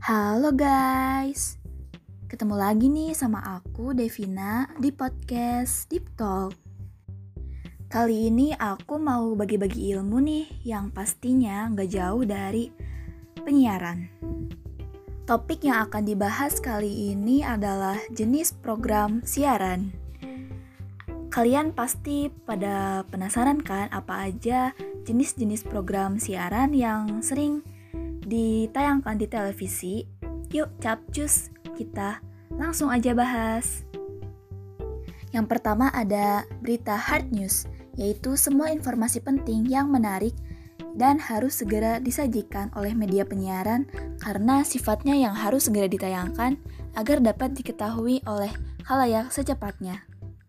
Halo guys, ketemu lagi nih sama aku Devina di podcast Deep Talk. Kali ini aku mau bagi-bagi ilmu nih yang pastinya gak jauh dari penyiaran. Topik yang akan dibahas kali ini adalah jenis program siaran. Kalian pasti pada penasaran kan apa aja jenis-jenis program siaran yang sering ditayangkan di televisi? Yuk capcus, kita langsung aja bahas. Yang pertama ada berita hard news, yaitu semua informasi penting yang menarik dan harus segera disajikan oleh media penyiaran karena sifatnya yang harus segera ditayangkan agar dapat diketahui oleh khalayak secepatnya.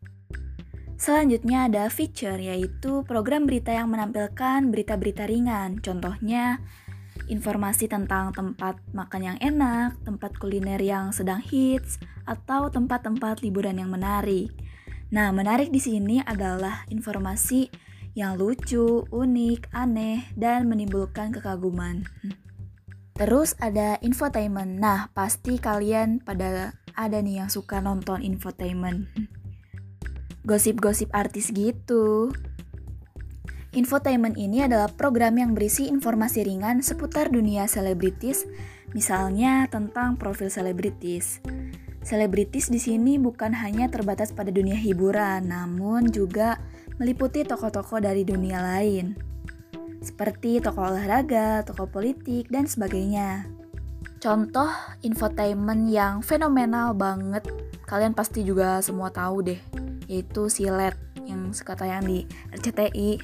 Selanjutnya ada feature, yaitu program berita yang menampilkan berita-berita ringan. Contohnya, informasi tentang tempat makan yang enak, tempat kuliner yang sedang hits, atau tempat-tempat liburan yang menarik. Nah, menarik di sini adalah informasi yang lucu, unik, aneh, dan menimbulkan kekaguman. Terus ada infotainment. Nah, pasti kalian pada ada nih yang suka nonton infotainment. Gosip-gosip artis gitu. Infotainment ini adalah program yang berisi informasi ringan seputar dunia selebritis, misalnya tentang profil selebritis. Selebritis di sini bukan hanya terbatas pada dunia hiburan, namun juga meliputi tokoh-tokoh dari dunia lain, seperti tokoh olahraga, tokoh politik, dan sebagainya. Contoh infotainment yang fenomenal banget, kalian pasti juga semua tahu deh, yaitu si LED yang suka tayang di RCTI.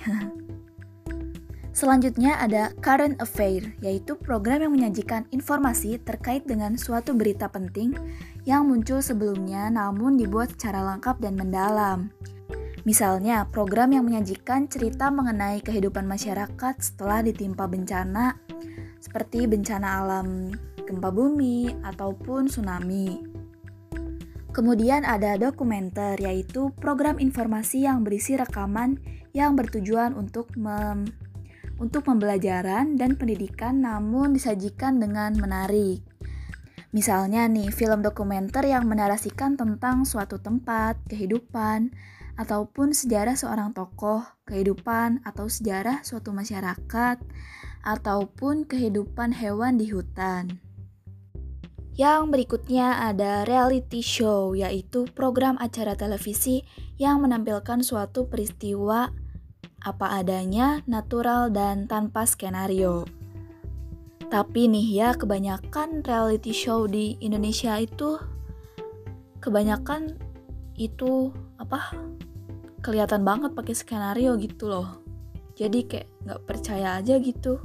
Selanjutnya ada current affair, yaitu program yang menyajikan informasi terkait dengan suatu berita penting yang muncul sebelumnya namun dibuat secara lengkap dan mendalam. Misalnya, program yang menyajikan cerita mengenai kehidupan masyarakat setelah ditimpa bencana, seperti bencana alam gempa bumi ataupun tsunami. Kemudian ada dokumenter, yaitu program informasi yang berisi rekaman yang bertujuan untuk pembelajaran dan pendidikan namun disajikan dengan menarik. Misalnya nih, film dokumenter yang menarasikan tentang suatu tempat, kehidupan, ataupun sejarah seorang tokoh, kehidupan atau sejarah suatu masyarakat, ataupun kehidupan hewan di hutan. Yang berikutnya ada reality show, yaitu program acara televisi yang menampilkan suatu peristiwa apa adanya, natural dan tanpa skenario. Tapi nih ya, kebanyakan reality show di Indonesia itu kelihatan banget pakai skenario gitu loh. Jadi kayak nggak percaya aja gitu.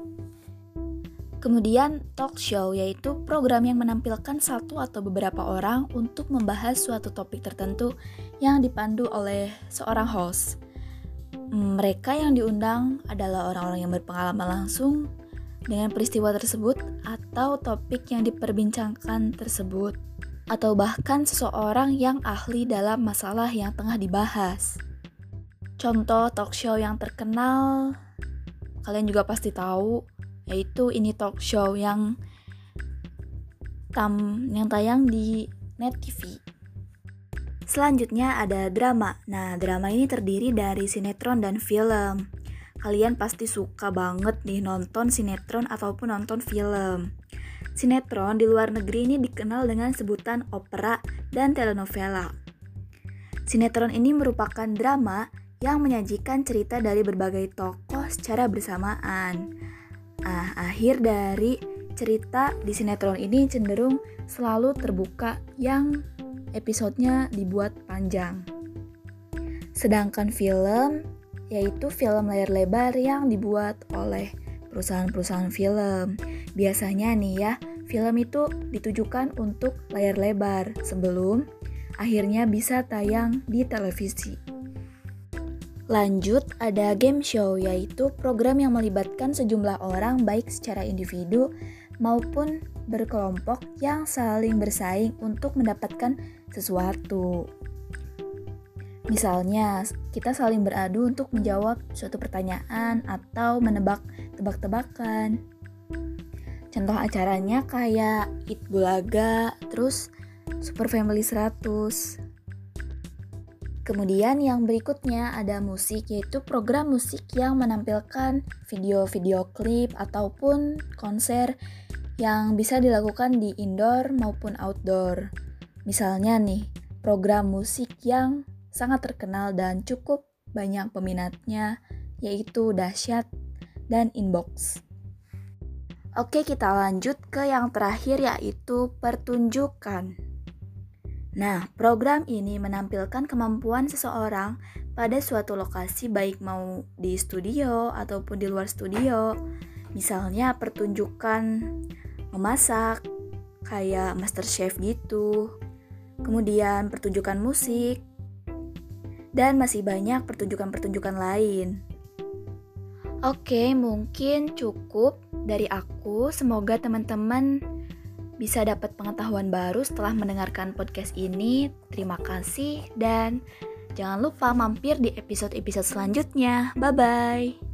Kemudian talk show, yaitu program yang menampilkan satu atau beberapa orang untuk membahas suatu topik tertentu yang dipandu oleh seorang host. Mereka yang diundang adalah orang-orang yang berpengalaman langsung dengan peristiwa tersebut atau topik yang diperbincangkan tersebut, atau bahkan seseorang yang ahli dalam masalah yang tengah dibahas. Contoh talk show yang terkenal, kalian juga pasti tahu, yaitu Ini Talk Show yang tayang di Net TV. Selanjutnya ada drama. Nah, drama ini terdiri dari sinetron dan film. Kalian pasti suka banget nih nonton sinetron ataupun nonton film. Sinetron di luar negeri ini dikenal dengan sebutan opera dan telenovela. Sinetron ini merupakan drama yang menyajikan cerita dari berbagai tokoh secara bersamaan. Akhir dari cerita di sinetron ini cenderung selalu terbuka yang episodenya dibuat panjang. Sedangkan film, yaitu film layar lebar yang dibuat oleh perusahaan-perusahaan film. Biasanya nih ya, film itu ditujukan untuk layar lebar sebelum akhirnya bisa tayang di televisi. Lanjut, ada game show, yaitu program yang melibatkan sejumlah orang baik secara individu maupun berkelompok yang saling bersaing untuk mendapatkan sesuatu. Misalnya, kita saling beradu untuk menjawab suatu pertanyaan atau menebak tebak-tebakan. Contoh acaranya kayak Eat Bulaga, terus Super Family 100. Kemudian yang berikutnya ada musik, yaitu program musik yang menampilkan video-video klip ataupun konser yang bisa dilakukan di indoor maupun outdoor. Misalnya nih, program musik yang sangat terkenal dan cukup banyak peminatnya, yaitu Dahsyat dan Inbox. Oke, kita lanjut ke yang terakhir, yaitu pertunjukan. Nah, program ini menampilkan kemampuan seseorang pada suatu lokasi, baik mau di studio ataupun di luar studio. Misalnya pertunjukan memasak, kayak MasterChef gitu. Kemudian pertunjukan musik, dan masih banyak pertunjukan-pertunjukan lain. Oke, mungkin cukup dari aku. Semoga teman-teman bisa dapat pengetahuan baru setelah mendengarkan podcast ini. Terima kasih dan jangan lupa mampir di episode-episode selanjutnya. Bye-bye.